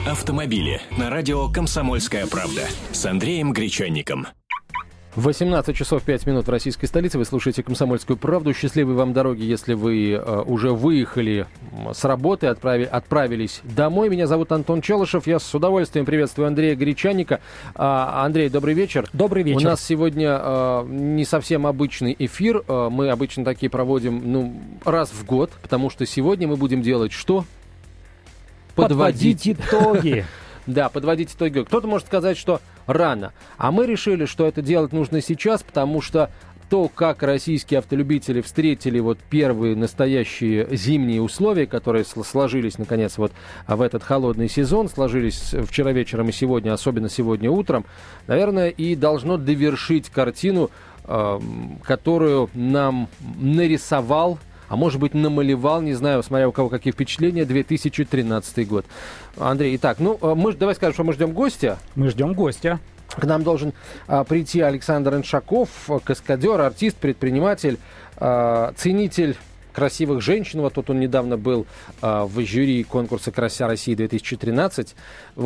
Автомобили на радио «Комсомольская правда» с Андреем Гречанником. 18 часов 5 минут в российской столице. Вы слушаете «Комсомольскую правду». Счастливой вам дороги, если вы уже выехали с работы, отправились домой. Меня зовут Антон Челышев. Я с удовольствием приветствую Андрея Гречанника. Андрей, добрый вечер. Добрый вечер. У нас сегодня не совсем обычный эфир. Мы обычно такие проводим раз в год, потому что сегодня мы будем делать что? Подводить итоги. Да, подводить итоги. Кто-то может сказать, что рано. А мы решили, что это делать нужно сейчас, потому что то, как российские автолюбители встретили первые настоящие зимние условия, которые сложились, наконец, в этот холодный сезон, сложились вчера вечером и сегодня, особенно сегодня утром, наверное, и должно довершить картину, которую нам нарисовал, а может быть, намалевал, не знаю, смотря у кого какие впечатления, 2013 год. Андрей, итак, давай скажем, что мы ждем гостя. Мы ждем гостя. К нам должен прийти Александр Иншаков, каскадер, артист, предприниматель, ценитель красивых женщин. Вот тут он недавно был в жюри конкурса «Крася России-2013».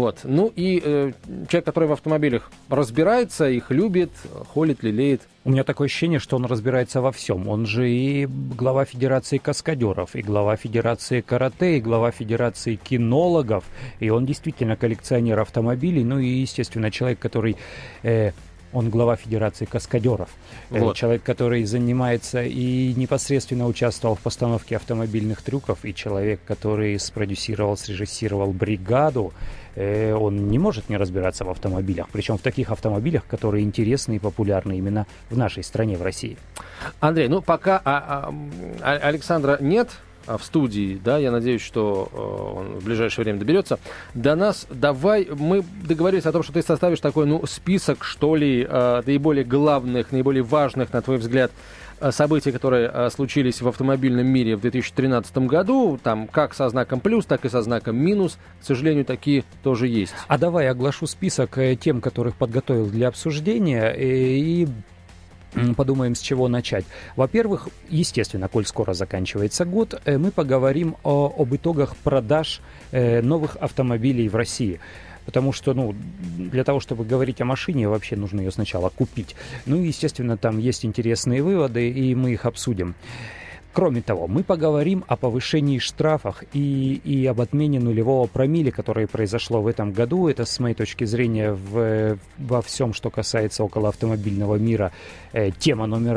Человек, который в автомобилях разбирается, их любит, холит, лелеет. У меня такое ощущение, что он разбирается во всем. Он же и глава Федерации каскадеров, и глава Федерации карате, и глава Федерации кинологов. И он действительно коллекционер автомобилей. Ну и, естественно, человек, который... Он глава Федерации каскадеров. Человек, который занимается и непосредственно участвовал в постановке автомобильных трюков, и человек, который спродюсировал, срежиссировал «Бригаду». Он не может не разбираться в автомобилях. Причем в таких автомобилях, которые интересны и популярны именно в нашей стране, в России. Андрей, пока Александра нет в студии, да, я надеюсь, что он в ближайшее время доберется до нас. Мы договорились о том, что ты составишь такой, список, что ли, наиболее главных, наиболее важных, на твой взгляд, событий, которые случились в автомобильном мире в 2013 году, там как со знаком плюс, так и со знаком минус. К сожалению, такие тоже есть. А давай я оглашу список тем, которых подготовил для обсуждения, и подумаем, с чего начать. Во-первых, естественно, коль скоро заканчивается год, мы поговорим об итогах продаж новых автомобилей в России. Потому что, для того, чтобы говорить о машине, вообще нужно ее сначала купить. Естественно, там есть интересные выводы, и мы их обсудим. Кроме того, мы поговорим о повышении штрафов и об отмене нулевого промилле, которое произошло в этом году. Это, с моей точки зрения, во всем, что касается околоавтомобильного мира, тема номер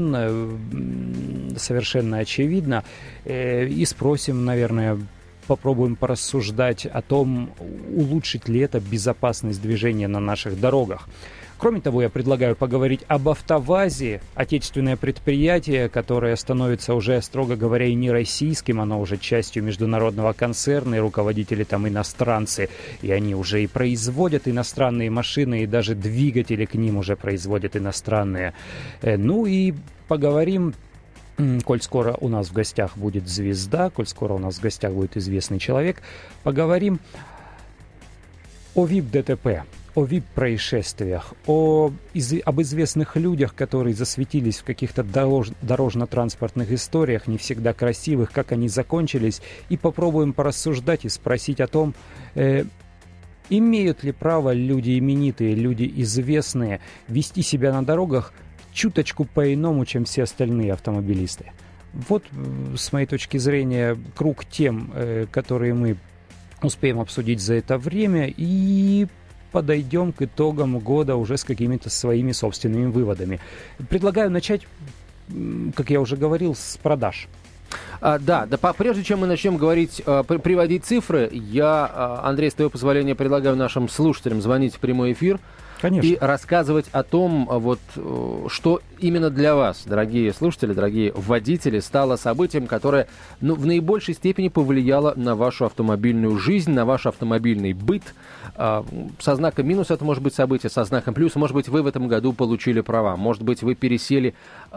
один, совершенно очевидно. И спросим, наверное, попробуем порассуждать о том, улучшит ли это безопасность движения на наших дорогах. Кроме того, я предлагаю поговорить об АвтоВАЗе, отечественное предприятие, которое становится уже, строго говоря, и не российским, оно уже частью международного концерна, и руководители там иностранцы, и они уже и производят иностранные машины, и даже двигатели к ним уже производят иностранные. И поговорим, коль скоро у нас в гостях будет звезда, коль скоро у нас в гостях будет известный человек, поговорим о ВИП-ДТП. О ВИП-происшествиях, об известных людях, которые засветились в каких-то дорожно-транспортных историях, не всегда красивых, как они закончились, и попробуем порассуждать и спросить о том, имеют ли право люди именитые, люди известные вести себя на дорогах чуточку по-иному, чем все остальные автомобилисты. Вот, с моей точки зрения, круг тем, которые мы успеем обсудить за это время, и подойдем к итогам года уже с какими-то своими собственными выводами. Предлагаю начать, как я уже говорил, с продаж. Прежде чем мы начнем говорить, приводить цифры, я, Андрей, с твоего позволения, предлагаю нашим слушателям звонить в прямой эфир. Конечно. И рассказывать о том, что именно для вас, дорогие слушатели, дорогие водители, стало событием, которое в наибольшей степени повлияло на вашу автомобильную жизнь, на ваш автомобильный быт. Со знаком минус это может быть событие, со знаком плюс, может быть, вы в этом году получили права, может быть, вы сели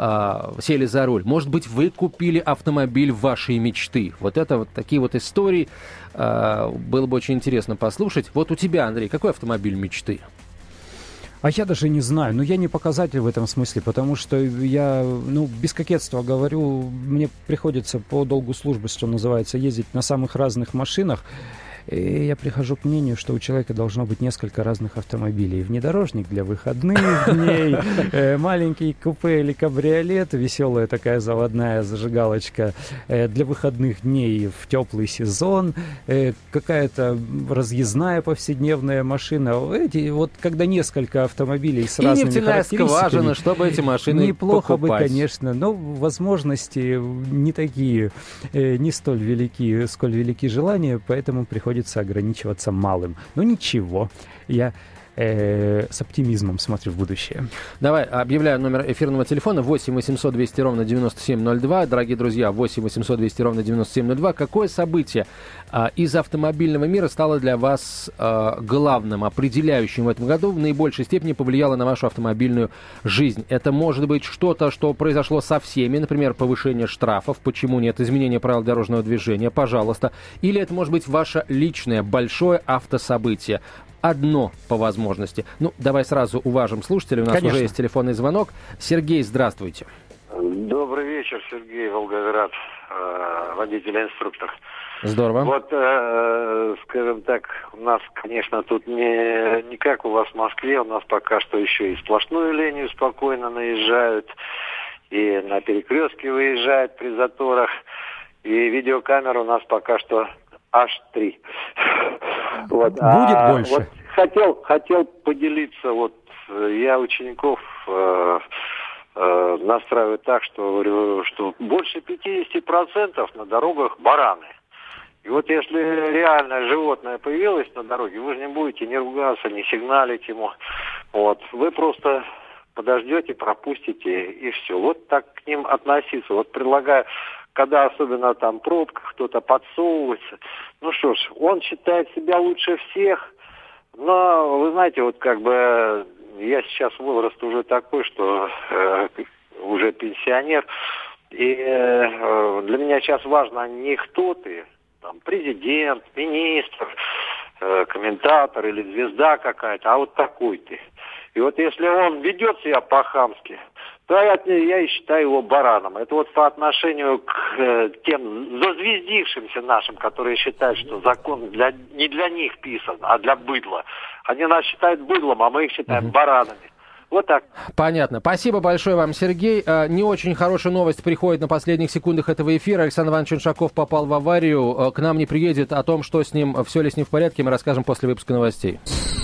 за руль, может быть, вы купили автомобиль вашей мечты. Такие истории было бы очень интересно послушать. Вот у тебя, Андрей, какой автомобиль мечты? А я даже не знаю, но я не показатель в этом смысле, потому что я, без кокетства говорю, мне приходится по долгу службы, что называется, ездить на самых разных машинах. И я прихожу к мнению, что у человека должно быть несколько разных автомобилей. Внедорожник для выходных дней, маленький купе или кабриолет, веселая такая заводная зажигалочка для выходных дней в теплый сезон, какая-то разъездная повседневная машина. Вот когда несколько автомобилей с разными характеристиками. И нефтяная скважина, чтобы эти машины неплохо покупать. бы, конечно, но возможности не такие, не столь велики, сколь велики желания, поэтому приходится ограничиваться малым. Но ничего, я с оптимизмом смотрю в будущее. Давай, объявляю номер эфирного телефона 8 800 200 ровно 9702. Дорогие друзья, 8 800 200 ровно 9702. Какое событие из автомобильного мира стало для вас главным, определяющим в этом году, в наибольшей степени повлияло на вашу автомобильную жизнь? Это может быть что-то, что произошло со всеми, например, повышение штрафов, почему нет, изменение правил дорожного движения, пожалуйста. Или это может быть ваше личное большое автособытие. Одно по возможности. Ну, давай сразу уважим слушателей. У нас уже есть телефонный звонок. Сергей, здравствуйте. Добрый вечер, Сергей, Волгоград, водитель-инструктор. Здорово. Вот, скажем так, у нас, конечно, тут не как у вас в Москве, у нас пока что еще и сплошную линию спокойно наезжают, и на перекрестке выезжают при заторах, и видеокамера у нас пока что аж 3. Вот. Будет больше? Вот хотел поделиться, вот я учеников настраиваю так, что говорю, что больше 50% на дорогах бараны. И вот если реальное животное появилось на дороге, вы же не будете ни ругаться, ни сигналить ему. Вот. Вы просто подождете, пропустите, и все. Вот так к ним относиться. Вот предлагаю, когда особенно там пробка, кто-то подсовывается. Ну что ж, он считает себя лучше всех, но вы знаете, вот как бы я сейчас возраст уже такой, что уже пенсионер, и для меня сейчас важно не кто ты, там, президент, министр, комментатор или звезда какая-то, а вот такой ты. И вот если он ведет себя по-хамски, то я и считаю его бараном. Это вот по отношению к тем зазвездившимся нашим, которые считают, что закон не для них писан, а для быдла. Они нас считают быдлом, а мы их считаем баранами. Вот так. Понятно. Спасибо большое вам, Сергей. Не очень хорошая новость приходит на последних секундах этого эфира. Александр Иванович Иншаков попал в аварию. К нам не приедет. О том, что с ним, все ли с ним в порядке, мы расскажем после выпуска новостей.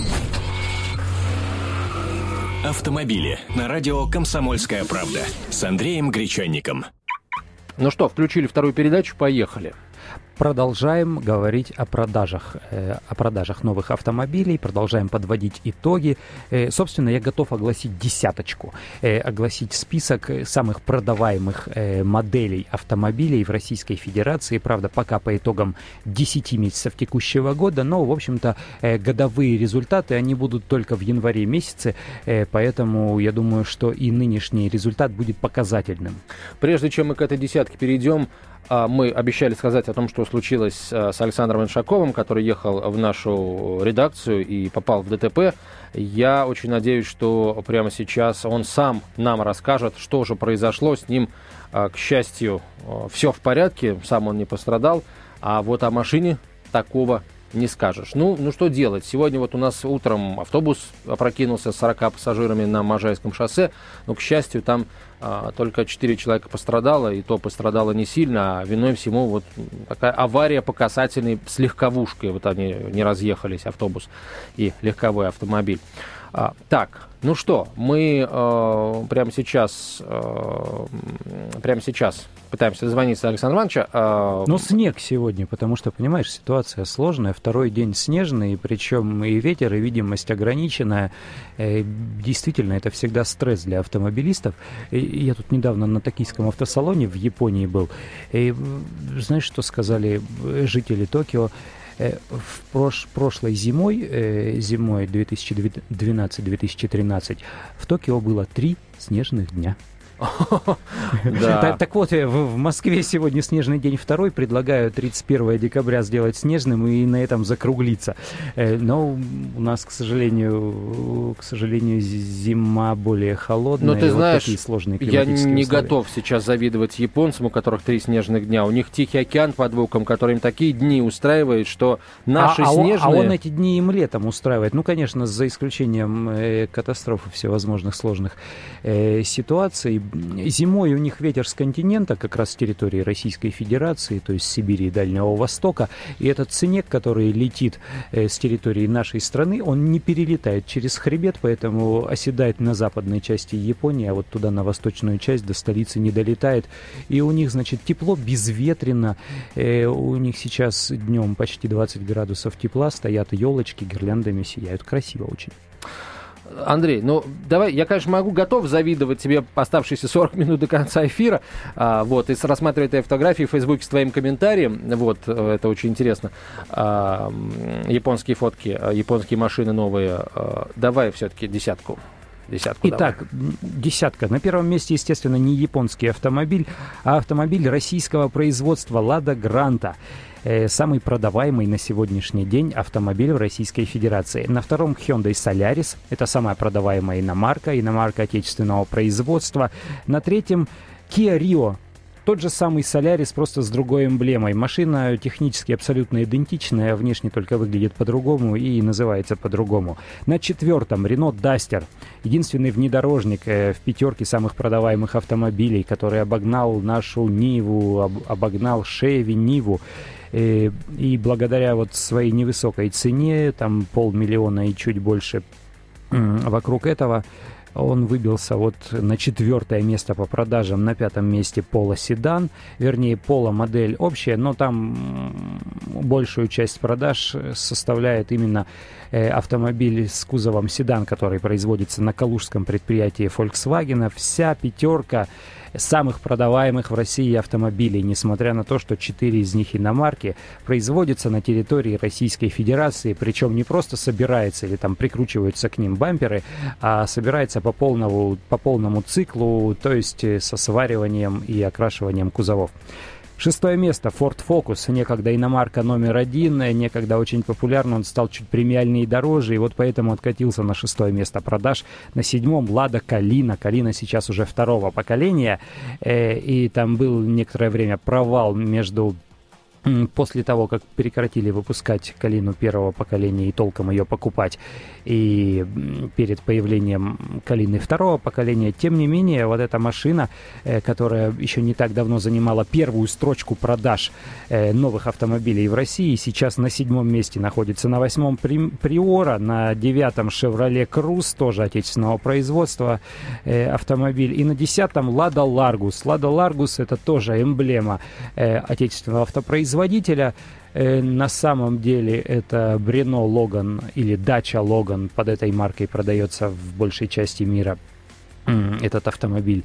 Автомобили на радио «Комсомольская правда» с Андреем Гречанником. Ну что, включили вторую передачу, поехали. Продолжаем говорить о продажах новых автомобилей, продолжаем подводить итоги. Собственно, я готов огласить десяточку, огласить список самых продаваемых моделей автомобилей в Российской Федерации. Правда, пока по итогам 10 месяцев текущего года, но, в общем-то, годовые результаты, они будут только в январе месяце, поэтому я думаю, что и нынешний результат будет показательным. Прежде чем мы к этой десятке перейдем, мы обещали сказать о том, что случилось с Александром Иншаковым, который ехал в нашу редакцию и попал в ДТП. Я очень надеюсь, что прямо сейчас он сам нам расскажет, что же произошло с ним. К счастью, все в порядке, сам он не пострадал, а вот о машине такого не скажешь. Ну что делать? Сегодня вот у нас утром автобус опрокинулся с 40 пассажирами на Можайском шоссе, но, к счастью, там только 4 человека пострадало, и то пострадало не сильно, а виной всему вот такая авария по касательной с легковушкой. Вот они не разъехались, автобус и легковой автомобиль. Так, ну что, мы прямо сейчас пытаемся дозвониться до Александра Ивановича. Но снег сегодня, потому что, понимаешь, ситуация сложная. Второй день снежный, причем и ветер, и видимость ограниченная. Действительно, это всегда стресс для автомобилистов. Я тут недавно на токийском автосалоне в Японии был. И знаешь, что сказали жители Токио? Прошлой зимой 2012-2013, в Токио было 3 снежных дня. Так вот, в Москве сегодня снежный день 2, предлагаю 31 декабря сделать снежным и на этом закруглиться. Но у нас, к сожалению, зима более холодная. Но ты знаешь, такие сложные я климатические не условия. готов сейчас завидовать японцам, у которых 3 снежных дня. У них Тихий океан под боком, который им такие дни устраивает, что наши снежные... А он эти дни им летом устраивает. Ну, конечно, за исключением катастроф и всевозможных сложных ситуаций. Зимой у них ветер с континента, как раз с территории Российской Федерации, то есть Сибири и Дальнего Востока. И этот снег, который летит с территории нашей страны, он не перелетает через хребет, поэтому оседает на западной части Японии, а вот туда, на восточную часть, до столицы не долетает. И у них, значит, тепло, безветренно. У них сейчас днем почти 20 градусов тепла, стоят елочки, гирляндами сияют. Красиво очень. Андрей, ну давай, я, конечно, готов завидовать тебе оставшиеся 40 минут до конца эфира, вот, и рассматривать твои фотографии в Фейсбуке с твоим комментарием, вот, это очень интересно, японские фотки, японские машины новые, давай все-таки десятку. Итак, десятка. На первом месте, естественно, не японский автомобиль, а автомобиль российского производства «Лада Гранта». Самый продаваемый на сегодняшний день автомобиль в Российской Федерации. На втором Hyundai Solaris. Это самая продаваемая иномарка отечественного производства. На третьем Kia Rio. Тот же самый Solaris, просто с другой эмблемой. Машина технически абсолютно идентичная, внешне только выглядит по-другому и называется по-другому. На четвертом Renault Duster. Единственный внедорожник в пятерке самых продаваемых автомобилей, который обогнал нашу Ниву, обогнал Chevy Ниву. И благодаря вот своей невысокой цене, там 500 000 и чуть больше, вокруг этого он выбился вот на 4-е место по продажам. На 5-м месте Polo седан, вернее Polo модель общая, но там большую часть продаж составляет именно автомобиль с кузовом седан, который производится на калужском предприятии Volkswagen. Вся пятерка самых продаваемых в России автомобилей, несмотря на то, что 4 из них иномарки, производятся на территории Российской Федерации, причем не просто собирается или там прикручиваются к ним бамперы, а собирается по полному циклу, то есть со свариванием и окрашиванием кузовов. 6-е место Ford Focus, некогда иномарка номер 1, некогда очень популярный, он стал чуть премиальнее и дороже, и вот поэтому откатился на 6-е место продаж. На 7-м Lada Kalina. Kalina сейчас уже 2-го поколения, и там был некоторое время провал после того, как прекратили выпускать Калину 1-го поколения и толком ее покупать, и перед появлением Калины 2-го поколения, тем не менее, вот эта машина, которая еще не так давно занимала первую строчку продаж новых автомобилей в России, сейчас на 7-м месте находится. На 8-м Приора, на 9-м Chevrolet Cruze, тоже отечественного производства автомобиль, и на 10-м Lada Largus. Lada Largus — это тоже эмблема отечественного автопроизводителя. На самом деле это Renault Logan или Dacia Logan, под этой маркой продается в большей части мира этот автомобиль,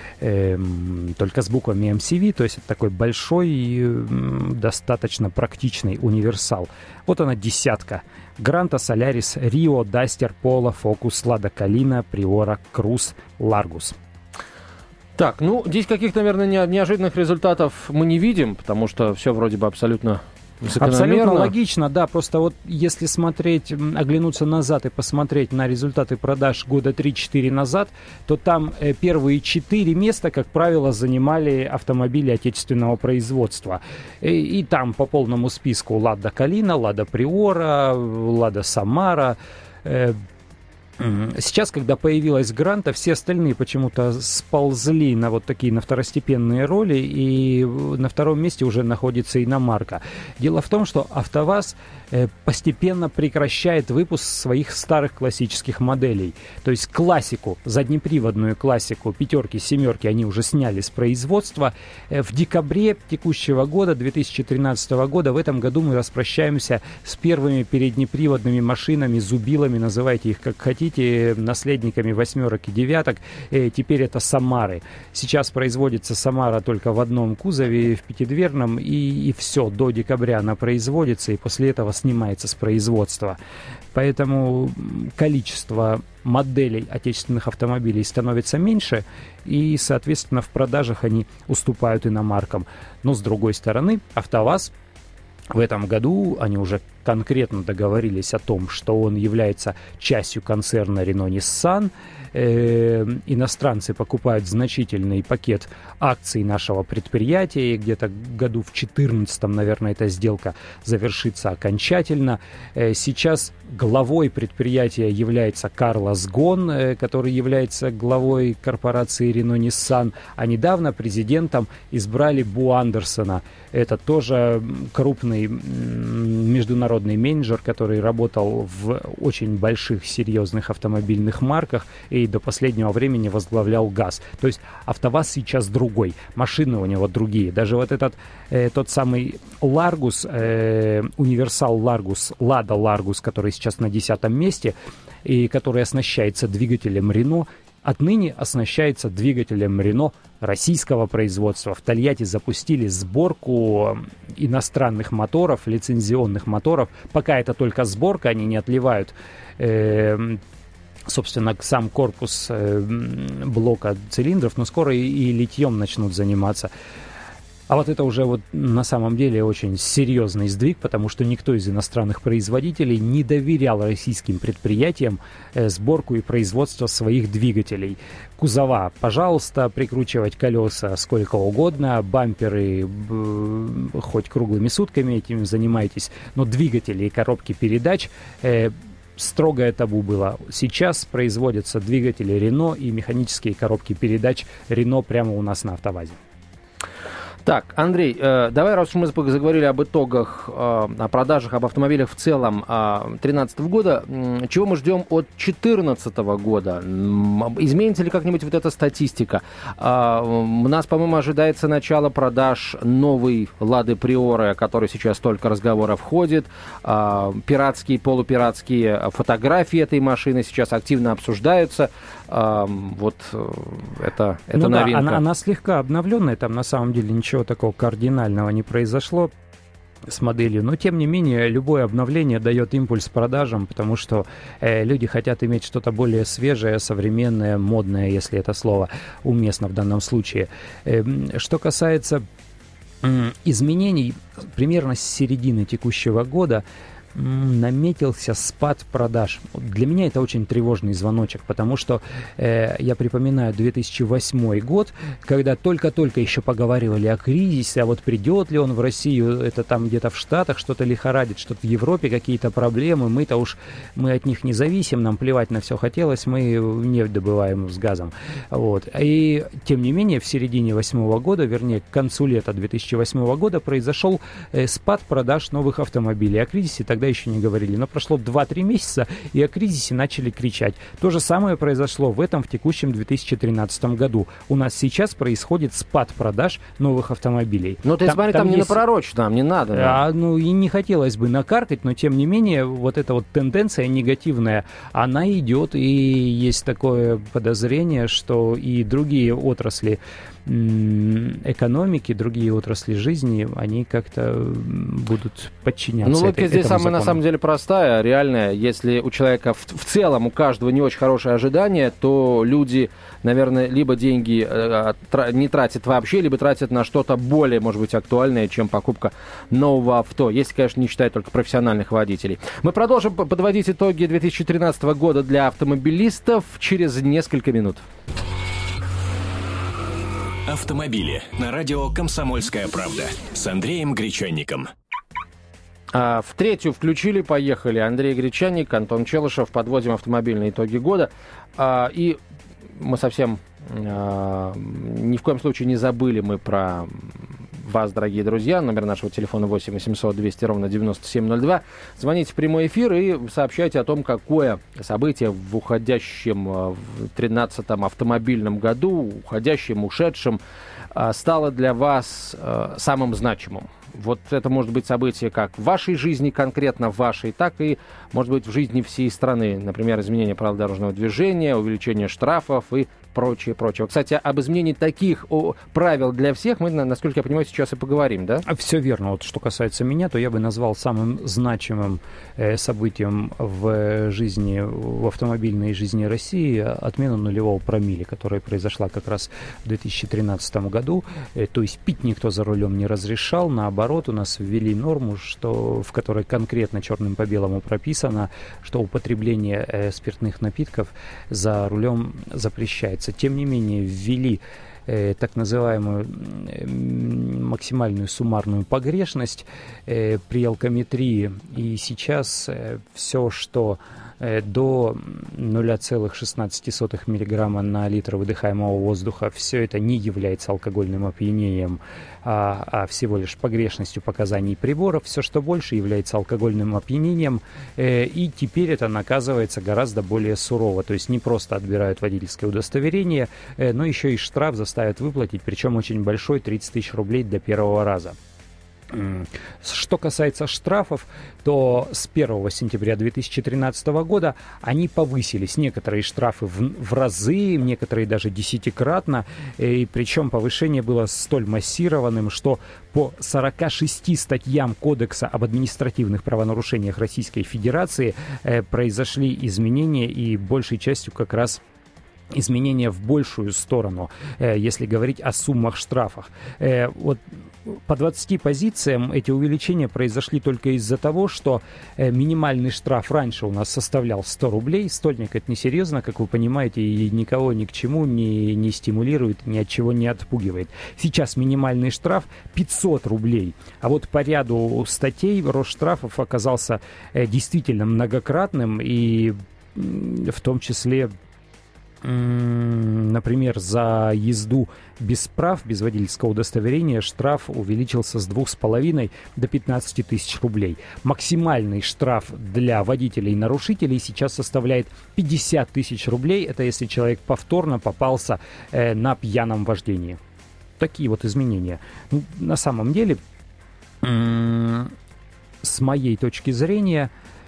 только с буквами MCV, то есть это такой большой и достаточно практичный универсал. Вот она, десятка. Гранта, Solaris, Rio, Duster, Polo, Focus, Lada Kalina, Priora, Cruze, Largus. Так, ну, здесь каких-то, наверное, неожиданных результатов мы не видим, потому что все вроде бы абсолютно закономерно. Абсолютно логично, да, просто вот если смотреть, оглянуться назад и посмотреть на результаты продаж года 3-4 назад, то там первые 4 места, как правило, занимали автомобили отечественного производства. И там по полному списку Lada Kalina, Lada Priora, Lada Samara. Сейчас, когда появилась Гранта, все остальные почему-то сползли на вот такие, на второстепенные роли, и на 2-м месте уже находится иномарка. Дело в том, что АвтоВАЗ постепенно прекращает выпуск своих старых классических моделей. То есть классику, заднеприводную классику, 5-ки, 7-ки они уже сняли с производства. В декабре текущего года, 2013 года, в этом году мы распрощаемся с первыми переднеприводными машинами, зубилами, называйте их как хотите, хотите, наследниками восьмерок и девяток. Теперь это Самары. Сейчас производится Самара только в одном кузове, в пятидверном, и все, до декабря она производится, и после этого снимается с производства. Поэтому количество моделей отечественных автомобилей становится меньше, и, соответственно, в продажах они уступают иномаркам. Но, с другой стороны, АвтоВАЗ в этом году, они уже конкретно договорились о том, что он является частью концерна Renault-Nissan. Иностранцы покупают значительный пакет акций нашего предприятия, и где-то году в 2014, наверное, эта сделка завершится окончательно. Сейчас главой предприятия является Карлос Гон, который является главой корпорации Renault-Nissan, а недавно президентом избрали Бу Андерсона. Это тоже крупный международный менеджер, который работал в очень больших, серьезных автомобильных марках и до последнего времени возглавлял ГАЗ. То есть АвтоВАЗ сейчас другой, машины у него другие. Даже вот этот тот самый Ларгус, универсал Ларгус, Лада Ларгус, который сейчас на 10-м месте и который оснащается двигателем Renault, отныне оснащается двигателем Renault российского производства. В Тольятти запустили сборку иностранных моторов, лицензионных моторов. Пока это только сборка, они не отливают собственно, сам корпус блока цилиндров, но скоро и литьем начнут заниматься. А вот это уже вот на самом деле очень серьезный сдвиг, потому что никто из иностранных производителей не доверял российским предприятиям сборку и производство своих двигателей. Кузова, пожалуйста, прикручивать колеса сколько угодно, бамперы хоть круглыми сутками этим занимайтесь, но двигатели и коробки передач строгое табу было. Сейчас производятся двигатели Renault и механические коробки передач Renault прямо у нас на АвтоВАЗе. Так, Андрей, давай, раз уж мы заговорили об итогах, о продажах, об автомобилях в целом 2013 года, чего мы ждем от 2014 года? Изменится ли как-нибудь вот эта статистика? У нас, по-моему, ожидается начало продаж новой Лады Приоры, о которой сейчас столько разговоров ходит. Пиратские, полупиратские фотографии этой машины сейчас активно обсуждаются. Вот это новинка. Да, она слегка обновленная, там на самом деле ничего такого кардинального не произошло с моделью, но тем не менее любое обновление дает импульс продажам, потому что люди хотят иметь что-то более свежее, современное, модное, если это слово уместно в данном случае. Что касается изменений, примерно с середины текущего года наметился спад продаж. Для меня это очень тревожный звоночек, потому что я припоминаю 2008 год, когда только-только еще поговаривали о кризисе, а вот придет ли он в Россию, это там где-то в Штатах что-то лихорадит, что-то в Европе какие-то проблемы, мы от них не зависим, нам плевать на все хотелось, мы нефть добываем с газом. Вот. И тем не менее в середине 2008 года, вернее к концу лета 2008 года произошел спад продаж новых автомобилей. О кризисе тогда еще не говорили, но прошло 2-3 месяца, и о кризисе начали кричать. То же самое произошло в текущем 2013 году. У нас сейчас происходит спад продаж новых автомобилей. Ну, ты смотри, там не напророчь, нам не надо. Да? И не хотелось бы накаркать, но тем не менее, вот эта вот тенденция негативная, она идет, и есть такое подозрение, что и другие отрасли экономики, другие отрасли жизни, они как-то будут подчиняться этому логика здесь на самом деле простая, реальная. Если у человека в целом, у каждого не очень хорошее ожидание, то люди, наверное, либо деньги не тратят вообще, либо тратят на что-то более, может быть, актуальное, чем покупка нового авто. Если, конечно, не считать только профессиональных водителей. Мы продолжим подводить итоги 2013 года для автомобилистов через несколько минут. Автомобили на радио «Комсомольская правда» с Андреем Гречанником. В третью включили, поехали. Андрей Гречанник, Антон Челышев. Подводим автомобильные итоги года. И мы совсем ни в коем случае не забыли мы про вас, дорогие друзья. Номер нашего телефона 8 800 200 ровно 9702. Звоните в прямой эфир и сообщайте о том, какое событие в уходящем, в 13-м автомобильном году, уходящем, ушедшем, стало для вас самым значимым. Вот это может быть событие как в вашей жизни, конкретно в вашей, так и, может быть, в жизни всей страны. Например, изменение правил дорожного движения, увеличение штрафов и прочее. Кстати, об изменении таких правил для всех мы, насколько я понимаю, сейчас и поговорим, да? Все верно. Вот что касается меня, то я бы назвал самым значимым событием в автомобильной жизни России отмену нулевого промилле, которая произошла как раз в 2013 году. То есть пить никто за рулем не разрешал. Наоборот, у нас ввели норму, в которой конкретно черным по белому прописано, что употребление спиртных напитков за рулем запрещается. Тем не менее, ввели так называемую максимальную суммарную погрешность при алкометрии. И сейчас все, что до 0,16 мг на литр выдыхаемого воздуха, все это не является алкогольным опьянением, а всего лишь погрешностью показаний приборов. Все, что больше, является алкогольным опьянением, и теперь это наказывается гораздо более сурово. То есть не просто отбирают водительское удостоверение, но еще и штраф заставят выплатить, причем очень большой, 30 тысяч рублей для первого раза. Что касается штрафов, то с 1 сентября 2013 года они повысились. Некоторые штрафы в разы, некоторые даже десятикратно. И причем повышение было столь массированным, что по 46 статьям Кодекса об административных правонарушениях Российской Федерации произошли изменения, и большей частью как раз изменения в большую сторону, если говорить о суммах штрафов. Вот по 20 позициям эти увеличения произошли только из-за того, что минимальный штраф раньше у нас составлял 100 рублей. Стольник — это несерьезно, как вы понимаете, и никого ни к чему не стимулирует, ни от чего не отпугивает. Сейчас минимальный штраф 500 рублей. А вот по ряду статей рост штрафов оказался действительно многократным, и в том числе, например, за езду без прав, без водительского удостоверения, штраф увеличился с 2,5 до 15 тысяч рублей. Максимальный штраф для водителей-нарушителей сейчас составляет 50 тысяч рублей. Это если человек повторно попался на пьяном вождении. Такие вот изменения. На самом деле, с моей точки зрения,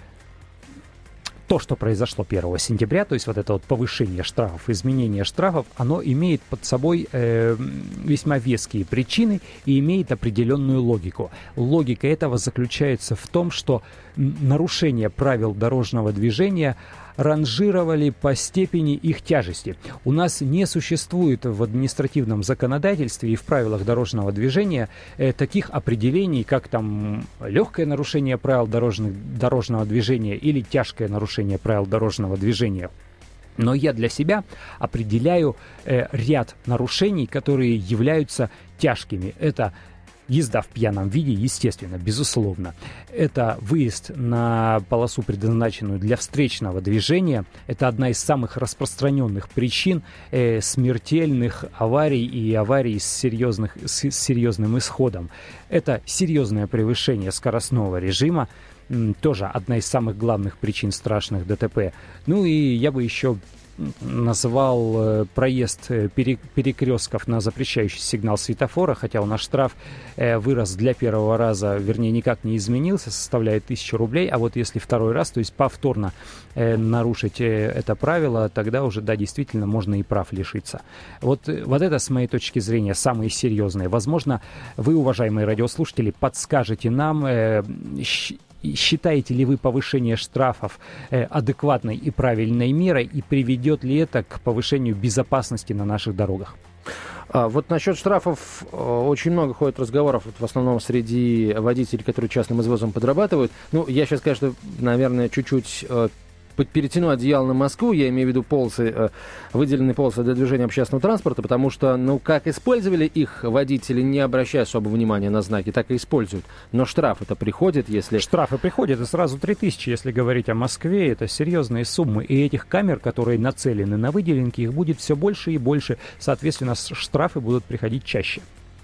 то, что произошло 1 сентября, то есть вот это вот повышение штрафов, изменение штрафов, оно имеет под собой весьма веские причины и имеет определенную логику. Логика этого заключается в том, что нарушение правил дорожного движения ранжировали по степени их тяжести. У нас не существует в административном законодательстве и в правилах дорожного движения таких определений, как там легкое нарушение правил дорожного движения или тяжкое нарушение правил дорожного движения. Но я для себя определяю ряд нарушений, которые являются тяжкими. Это езда в пьяном виде, естественно, безусловно. Это выезд на полосу, предназначенную для встречного движения. Это одна из самых распространенных причин смертельных аварий и аварий с серьезным исходом. Это серьезное превышение скоростного режима. Тоже одна из самых главных причин страшных ДТП. Ну и я бы еще назвал проезд перекрестков на запрещающий сигнал светофора, хотя у нас штраф вырос для первого раза, вернее, никак не изменился, составляет 1000 рублей, а вот если второй раз, то есть повторно нарушить это правило, тогда уже, да, действительно можно и прав лишиться. Вот это, с моей точки зрения, самые серьезные. Возможно, вы, уважаемые радиослушатели, подскажете нам, считаете ли вы повышение штрафов адекватной и правильной мерой, и приведет ли это к повышению безопасности на наших дорогах? Вот насчет штрафов очень много ходит разговоров, в основном среди водителей, которые частным извозом подрабатывают. Ну, я сейчас, конечно, наверное, чуть-чуть перетяну одеяло на Москву, я имею в виду полосы, выделенные полосы для движения общественного транспорта, потому что, как использовали их водители, не обращая особого внимания на знаки, так и используют. Но штрафы-то приходят, если... Штрафы приходят, и сразу 3000, если говорить о Москве, это серьезные суммы. И этих камер, которые нацелены на выделенки, их будет все больше и больше. Соответственно, штрафы будут приходить чаще.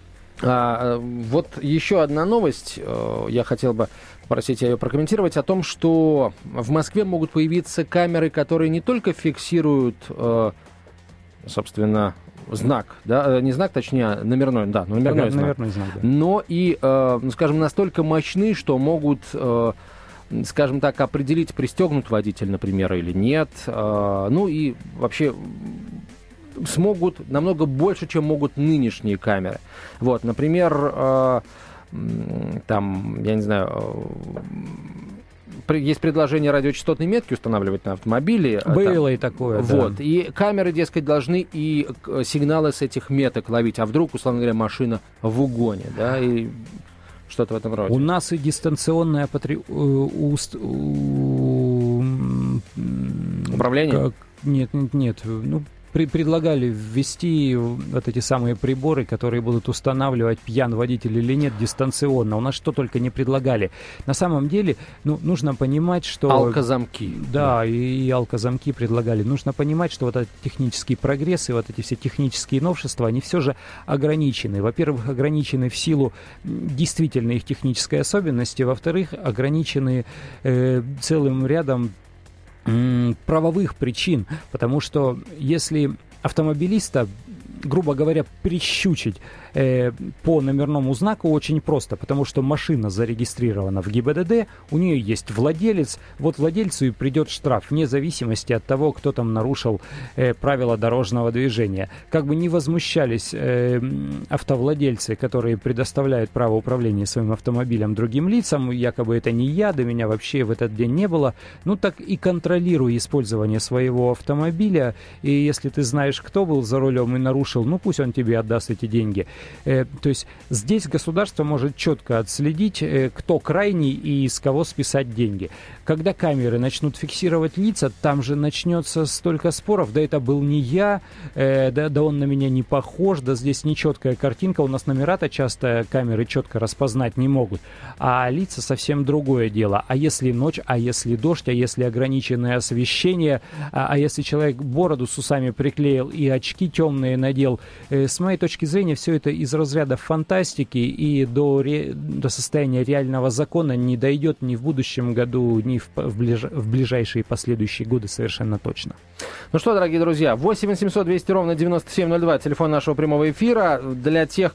Вот еще одна новость, я хотел бы попросить ее прокомментировать, о том, что в Москве могут появиться камеры, которые не только фиксируют, собственно, знак, да, не знак, точнее, номерной, да, номерной знак. Знак, да. Но и, скажем, настолько мощны, что могут, скажем так, определить, пристегнут водитель, например, или нет. Ну и вообще смогут намного больше, чем могут нынешние камеры. Вот, например, там, я не знаю, есть предложение радиочастотной метки устанавливать на автомобиле. Было и такое, вот, да. И камеры, дескать, должны и сигналы с этих меток ловить. А вдруг, условно говоря, машина в угоне, да, и что-то в этом роде. У нас и дистанционное управление? Нет. Ну, предлагали ввести вот эти самые приборы, которые будут устанавливать, пьян водитель или нет, дистанционно. У нас что только не предлагали. На самом деле, нужно понимать, что... Алкозамки. Да, и алкозамки предлагали. Нужно понимать, что вот этот технический прогресс и вот эти все технические новшества, они все же ограничены. Во-первых, ограничены в силу действительно их технической особенности. Во-вторых, ограничены целым рядом правовых причин, потому что если автомобилиста, грубо говоря, прищучить по номерному знаку очень просто, потому что машина зарегистрирована в ГИБДД, у нее есть владелец, вот владельцу и придет штраф, вне зависимости от того, кто там нарушил правила дорожного движения. Как бы ни возмущались автовладельцы, которые предоставляют право управления своим автомобилем другим лицам, якобы это не я, да меня вообще в этот день не было, ну так и контролируй использование своего автомобиля, и если ты знаешь, кто был за рулем и нарушил, ну пусть он тебе отдаст эти деньги. То есть здесь государство может четко отследить, кто крайний и с кого списать деньги. Когда камеры начнут фиксировать лица, там же начнется столько споров, да это был не я, да он на меня не похож, да здесь нечеткая картинка, у нас номера-то часто камеры четко распознать не могут, а лица совсем другое дело. А если ночь, а если дождь, а если ограниченное освещение, а если человек бороду с усами приклеил и очки темные надел, с моей точки зрения, все это из разряда фантастики и до состояния реального закона не дойдет ни в будущем году, ни в ближайшие последующие годы совершенно точно. Ну что, дорогие друзья, 8 800 200 ровно 9702, телефон нашего прямого эфира. Для тех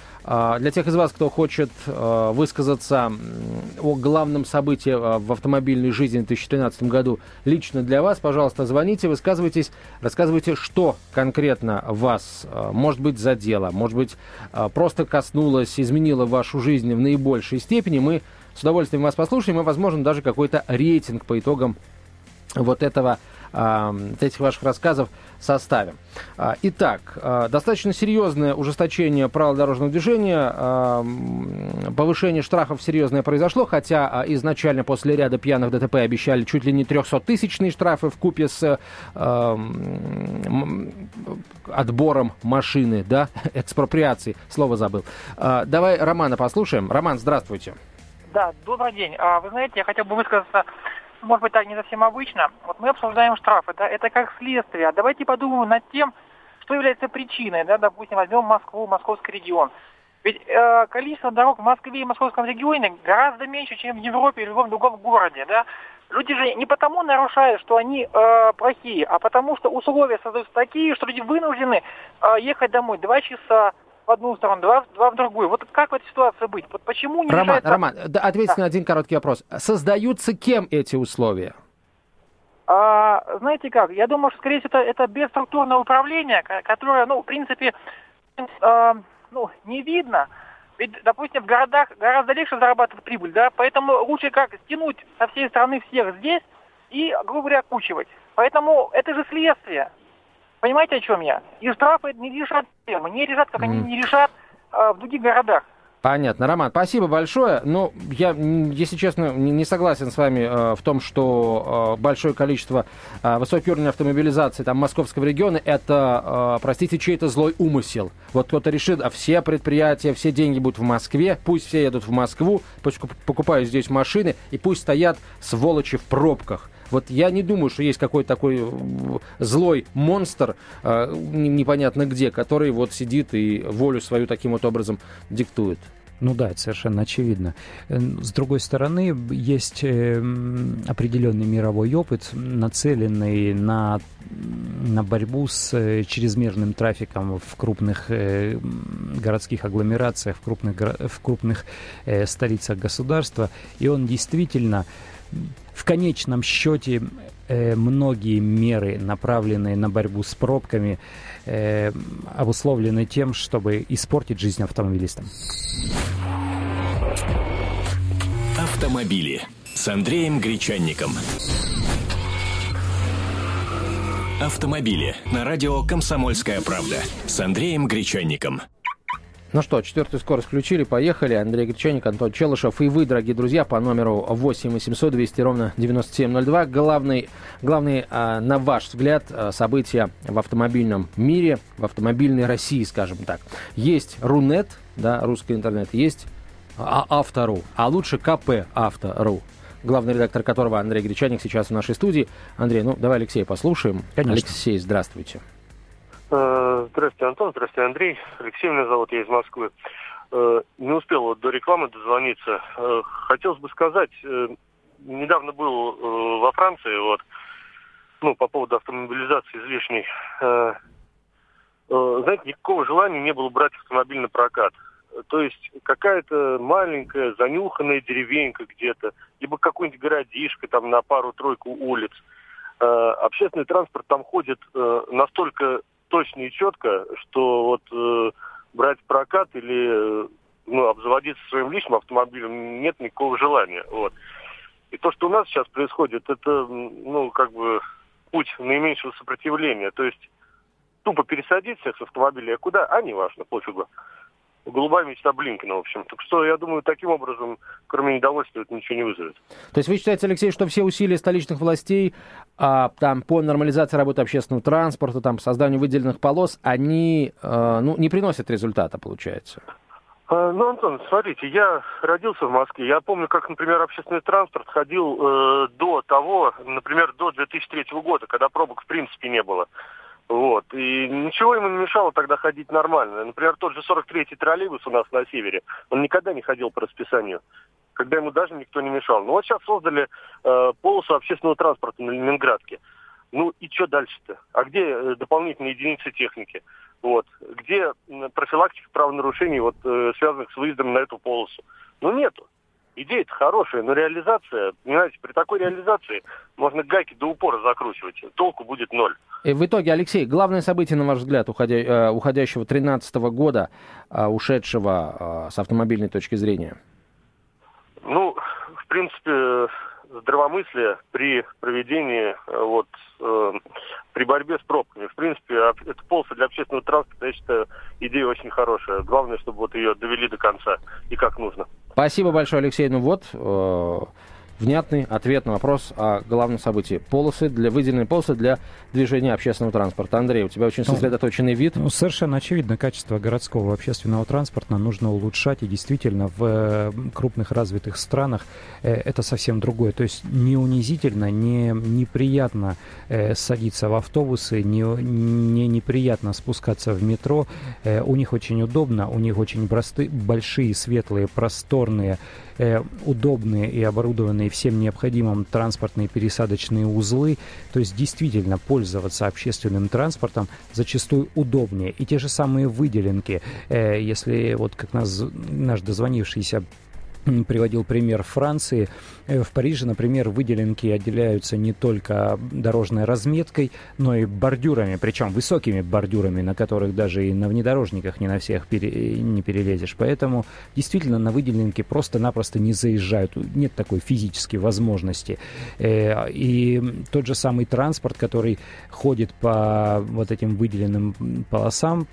из вас, кто хочет высказаться о главном событии в автомобильной жизни в 2013 году лично для вас, пожалуйста, звоните, высказывайтесь, рассказывайте, что конкретно вас, может быть, задело, может быть, просто коснулось, изменило вашу жизнь в наибольшей степени. Мы с удовольствием вас послушаем и, возможно, даже какой-то рейтинг по итогам этих ваших рассказов составим. Итак, достаточно серьезное ужесточение правил дорожного движения, повышение штрафов серьезное произошло, хотя изначально после ряда пьяных ДТП обещали чуть ли не 300-тысячные штрафы вкупе с отбором машины, да, экспроприацией, слово забыл. Давай Романа послушаем. Роман, здравствуйте. Да, добрый день. Вы знаете, я хотел бы высказаться, может быть, так не совсем обычно. Вот мы обсуждаем штрафы, да, это как следствие. Давайте подумаем над тем, что является причиной, да, допустим, возьмем Москву, московский регион. Ведь количество дорог в Москве и московском регионе гораздо меньше, чем в Европе или в любом другом городе, да. Люди же не потому нарушают, что они плохие, а потому что условия создаются такие, что люди вынуждены ехать домой 2 часа, в одну сторону, два в другую. Вот как в этой ситуации быть? Вот почему не решается... Роман, ответьте на один короткий вопрос. Создаются кем эти условия? Знаете как? Я думаю, что, скорее всего, это бесструктурное управление, которое, в принципе, не видно. Ведь, допустим, в городах гораздо легче зарабатывать прибыль, да? Поэтому лучше как стянуть со всей страны всех здесь и, грубо говоря, окучивать. Поэтому это же следствие. Понимаете, о чем я? И штрафы не решат проблемы, не решат, как они не решат в других городах. Понятно. Роман, спасибо большое. Но я, если честно, не согласен с вами в том, что большое количество, высокий уровень автомобилизации московского региона, это, простите, чей-то злой умысел. Вот кто-то решит, все предприятия, все деньги будут в Москве, пусть все едут в Москву, пусть покупают здесь машины, и пусть стоят сволочи в пробках. Вот я не думаю, что есть какой-то такой злой монстр, непонятно где, который вот сидит и волю свою таким вот образом диктует. Ну да, это совершенно очевидно. С другой стороны, есть определенный мировой опыт, нацеленный на на борьбу с чрезмерным трафиком в крупных городских агломерациях, в крупных столицах государства. И он действительно, в конечном счете, многие меры, направленные на борьбу с пробками, обусловлены тем, чтобы испортить жизнь автомобилистам. Автомобили с Андреем Гречанником. Автомобили на радио «Комсомольская правда» с Андреем Гречанником. Ну что, 4-ю скорость включили, поехали. Андрей Гречанник, Антон Челышев и вы, дорогие друзья, по номеру 8 800 200 ровно 9702. Главные, на ваш взгляд, события в автомобильном мире, в автомобильной России, скажем так. Есть Рунет, да, русский интернет, есть Авто.ру, а лучше КП Авто.ру, главный редактор которого Андрей Гречанник сейчас в нашей студии. Андрей, ну давай Алексея послушаем. Конечно. Алексей, здравствуйте. Здравствуйте, Антон, здравствуйте, Андрей. Алексей меня зовут, я из Москвы. Не успел вот до рекламы дозвониться. Хотелось бы сказать, недавно был во Франции, вот, ну, по поводу автомобилизации излишней. Знаете, никакого желания не было брать автомобиль на прокат. То есть какая-то маленькая, занюханная деревенька где-то, либо какой-нибудь городишко там на пару-тройку улиц. Общественный транспорт там ходит настолько точно и четко, что вот брать прокат или обзаводиться своим личным автомобилем нет никакого желания. Вот. И то, что у нас сейчас происходит, это, путь наименьшего сопротивления. То есть тупо пересадить всех с автомобиля, а куда? А не важно, пофигу. Голубая мечта Блинкина, в общем. Так что, я думаю, таким образом, кроме недовольства, это ничего не вызовет. То есть вы считаете, Алексей, что все усилия столичных властей там, по нормализации работы общественного транспорта, там, по созданию выделенных полос, они не приносят результата, получается? Антон, смотрите, я родился в Москве. Я помню, как, например, общественный транспорт ходил до 2003 года, когда пробок в принципе не было. Вот. И ничего ему не мешало тогда ходить нормально. Например, тот же 43-й троллейбус у нас на севере, он никогда не ходил по расписанию, когда ему даже никто не мешал. Ну вот сейчас создали полосу общественного транспорта на Ленинградке. Ну и что дальше-то? А где дополнительные единицы техники? Вот. Где профилактика правонарушений, связанных с выездом на эту полосу? Ну нету. Идея-то хорошая, но реализация, понимаете, при такой реализации можно гайки до упора закручивать, толку будет ноль. И в итоге, Алексей, главное событие, на ваш взгляд, уходящего 2013 года, ушедшего с автомобильной точки зрения? Ну, в принципе, здравомыслие при проведении, при борьбе с пробками. В принципе, эта полоса для общественного транспорта, я считаю, идея очень хорошая. Главное, чтобы ее довели до конца и как нужно. Спасибо большое, Алексей. Внятный ответ на вопрос о главном событии. Выделенные полосы для движения общественного транспорта. Андрей, у тебя очень сосредоточенный вид. Совершенно очевидно, качество городского общественного транспорта нужно улучшать. И действительно, в крупных развитых странах это совсем другое. То есть не унизительно, не неприятно садиться в автобусы, не неприятно спускаться в метро. У них очень удобно, у них очень большие, светлые, просторные, удобные и оборудованные всем необходимым транспортные пересадочные узлы. То есть действительно пользоваться общественным транспортом зачастую удобнее. И те же самые выделенки, если как наш дозвонившийся приводил пример Франции. В Париже, например, выделенки отделяются не только дорожной разметкой, но и бордюрами, причем высокими бордюрами, на которых даже и на внедорожниках не на всех не перелезешь. Поэтому действительно на выделенки просто-напросто не заезжают. Нет такой физической возможности. И тот же самый транспорт, который ходит по этим выделенным полосам,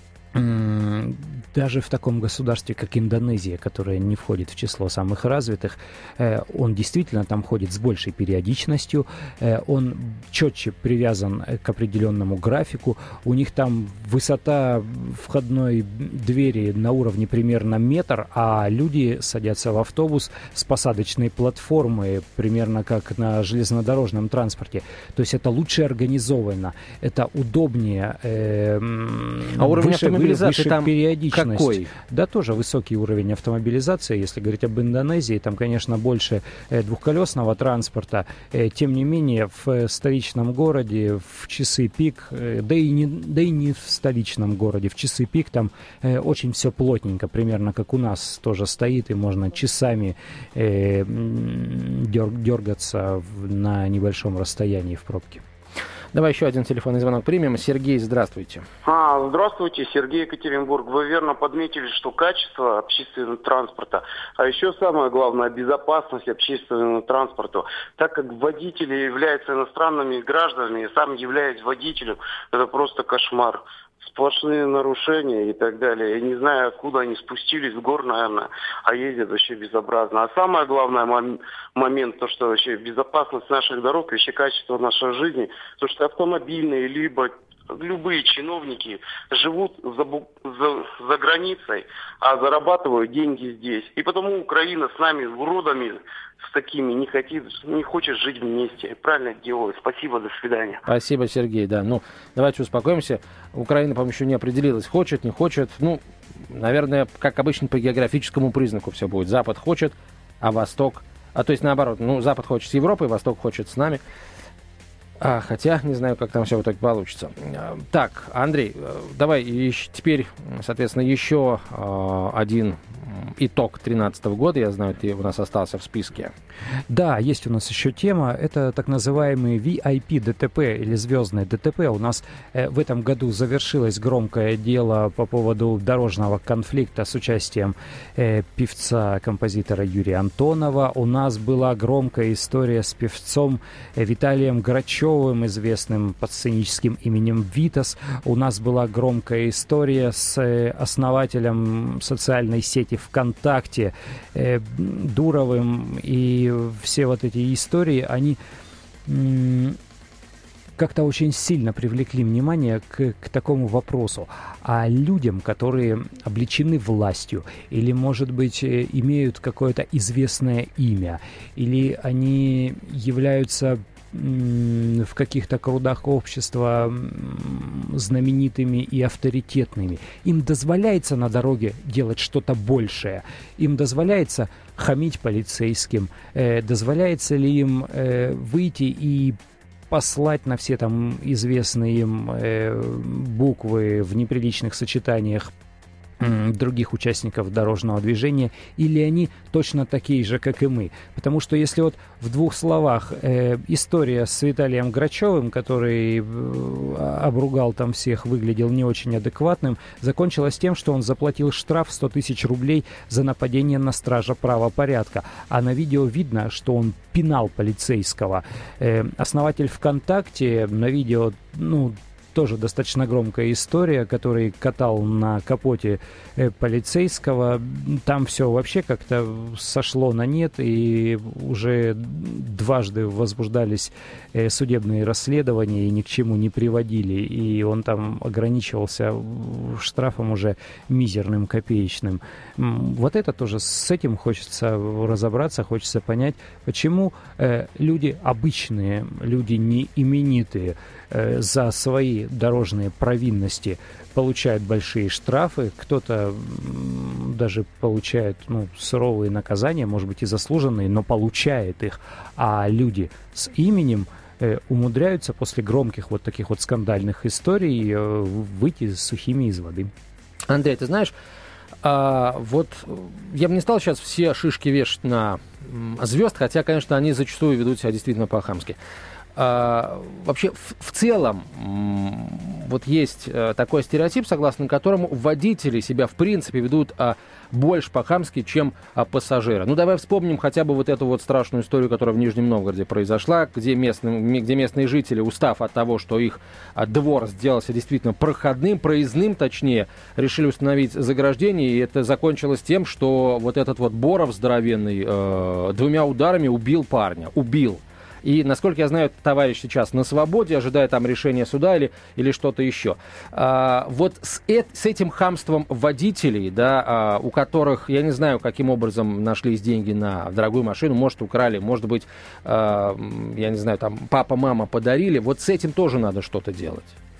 даже в таком государстве, как Индонезия, которое не входит в число самых развитых, он действительно там ходит с большей периодичностью, он четче привязан к определенному графику, у них там высота входной двери на уровне примерно метр, а люди садятся в автобус с посадочной платформы, примерно как на железнодорожном транспорте. То есть это лучше организовано, это удобнее, а уровень автомобилизации там периодичность. промышленность. Какой? Да, тоже высокий уровень автомобилизации. Если говорить об Индонезии, там, конечно, больше двухколесного транспорта. Тем не менее, в столичном городе в часы пик, да и не в столичном городе, в часы пик там очень все плотненько, примерно как у нас тоже стоит, и можно часами дергаться на небольшом расстоянии в пробке. Давай еще один телефонный звонок примем. Сергей, здравствуйте. Здравствуйте, Сергей, Екатеринбург. Вы верно подметили, что качество общественного транспорта, а еще самое главное, безопасность общественного транспорта. Так как водители являются иностранными гражданами, и сам являюсь водителем, это просто кошмар. Сплошные нарушения и так далее. Я не знаю, откуда они спустились в гор, наверное, а ездят вообще безобразно. А самое главное момент, то, что вообще безопасность наших дорог, вообще качество нашей жизни, то, что автомобильные, либо любые чиновники живут за границей, а зарабатывают деньги здесь. И потому Украина с нами, уродами, с такими, не хочет жить вместе. Правильно делает. Спасибо, до свидания. Спасибо, Сергей, да. Ну, давайте успокоимся. Украина, по-моему, еще не определилась, хочет, не хочет. Ну, наверное, как обычно, по географическому признаку все будет. Запад хочет, а Восток... то есть наоборот, Запад хочет с Европой, Восток хочет с нами. Хотя, не знаю, как там все в итоге получится. Так, Андрей, давай теперь, соответственно, еще один итог 2013 года. Я знаю, ты у нас остался в списке. Да, есть у нас еще тема. Это так называемый VIP ДТП или звездное ДТП. У нас в этом году завершилось громкое дело по поводу дорожного конфликта с участием певца-композитора Юрия Антонова. У нас была громкая история с певцом Виталием Грачевым, известным под сценическим именем Витас. У нас была громкая история с основателем социальной сети ВКонтакте Дуровым. И все вот эти истории, они как-то очень сильно привлекли внимание к такому вопросу. А людям, которые облечены властью, или, может быть, имеют какое-то известное имя, или они являются в каких-то крудах общества знаменитыми и авторитетными. Им дозволяется на дороге делать что-то большее. Им дозволяется хамить полицейским. Дозволяется ли им выйти и послать на все там известные им буквы в неприличных сочетаниях других участников дорожного движения, или они точно такие же, как и мы. Потому что если вот в двух словах история с Виталием Грачевым, который обругал там всех, выглядел не очень адекватным, закончилась тем, что он заплатил штраф 100 тысяч рублей за нападение на стража правопорядка. А на видео видно, что он пинал полицейского. Основатель ВКонтакте на видео, тоже достаточно громкая история, который катал на капоте полицейского. Там все вообще как-то сошло на нет, и уже дважды возбуждались судебные расследования и ни к чему не приводили. И он там ограничивался штрафом уже мизерным, копеечным. Вот это тоже, с этим хочется разобраться, хочется понять, почему люди обычные, люди не именитые, за свои дорожные провинности получают большие штрафы, кто-то даже получает суровые наказания, может быть и заслуженные, но получает их, а люди с именем умудряются после громких вот таких вот скандальных историй выйти сухими из воды. Андрей, ты знаешь, вот я бы не стал сейчас все шишки вешать на звезд, хотя, конечно, они зачастую ведут себя действительно по-хамски. Вообще, в целом, вот есть такой стереотип, согласно которому водители себя, в принципе, ведут больше по-хамски, чем пассажиры. Давай вспомним хотя бы вот эту вот страшную историю, которая в Нижнем Новгороде произошла, где местные жители, устав от того, что их двор сделался действительно проездным, точнее, решили установить заграждение, и это закончилось тем, что вот этот вот Боров здоровенный 2 ударами убил парня. И, насколько я знаю, товарищ сейчас на свободе, ожидая там решения суда или что-то еще. Вот с этим хамством водителей, да, у которых, я не знаю, каким образом нашлись деньги на дорогую машину, может, украли, может быть, я не знаю, там папа, мама подарили, вот с этим тоже надо что-то делать.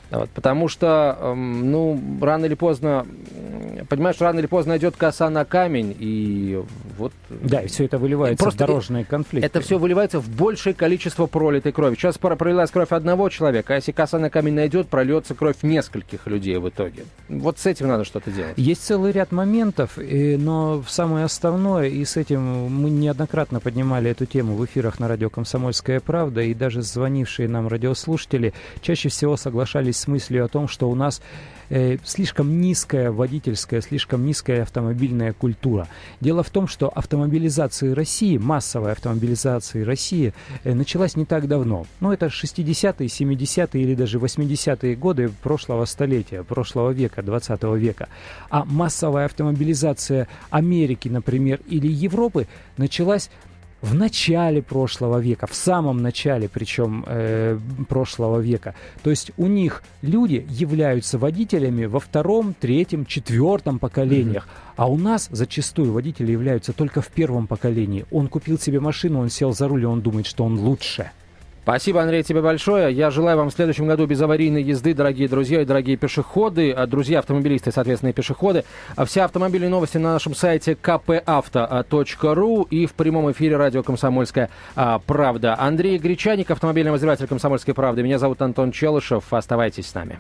Вот, потому что, рано или поздно, идет коса на камень, и вот... Да, и все это выливается в дорожные конфликты. Это все выливается в большее количество пролитой крови. Сейчас пролилась кровь одного человека, а если коса на камень найдет, прольется кровь нескольких людей в итоге. Вот с этим надо что-то делать. Есть целый ряд моментов, но самое основное, и с этим мы неоднократно поднимали эту тему в эфирах на радио «Комсомольская правда», и даже звонившие нам радиослушатели чаще всего соглашались с мыслью о том, что у нас слишком низкая водительская, слишком низкая автомобильная культура. Дело в том, что автомобилизация России, массовая автомобилизация России началась не так давно. Это 60-е, 70-е или даже 80-е годы прошлого столетия, прошлого века, 20 века. А массовая автомобилизация Америки, например, или Европы началась в начале прошлого века, в самом начале, причем прошлого века. То есть у них люди являются водителями во втором, третьем, четвертом поколениях. А у нас зачастую водители являются только в первом поколении. Он купил себе машину, он сел за руль, и он думает, что он лучше. Спасибо, Андрей, тебе большое. Я желаю вам в следующем году безаварийной езды, дорогие друзья и дорогие пешеходы, друзья автомобилисты, соответственно, и пешеходы. Все автомобильные новости на нашем сайте kpauto.ru и в прямом эфире радио «Комсомольская правда». Андрей Гречанник, автомобильный обозреватель «Комсомольской правды». Меня зовут Антон Челышев. Оставайтесь с нами.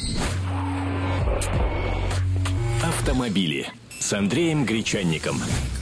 Автомобили с Андреем Гречанником.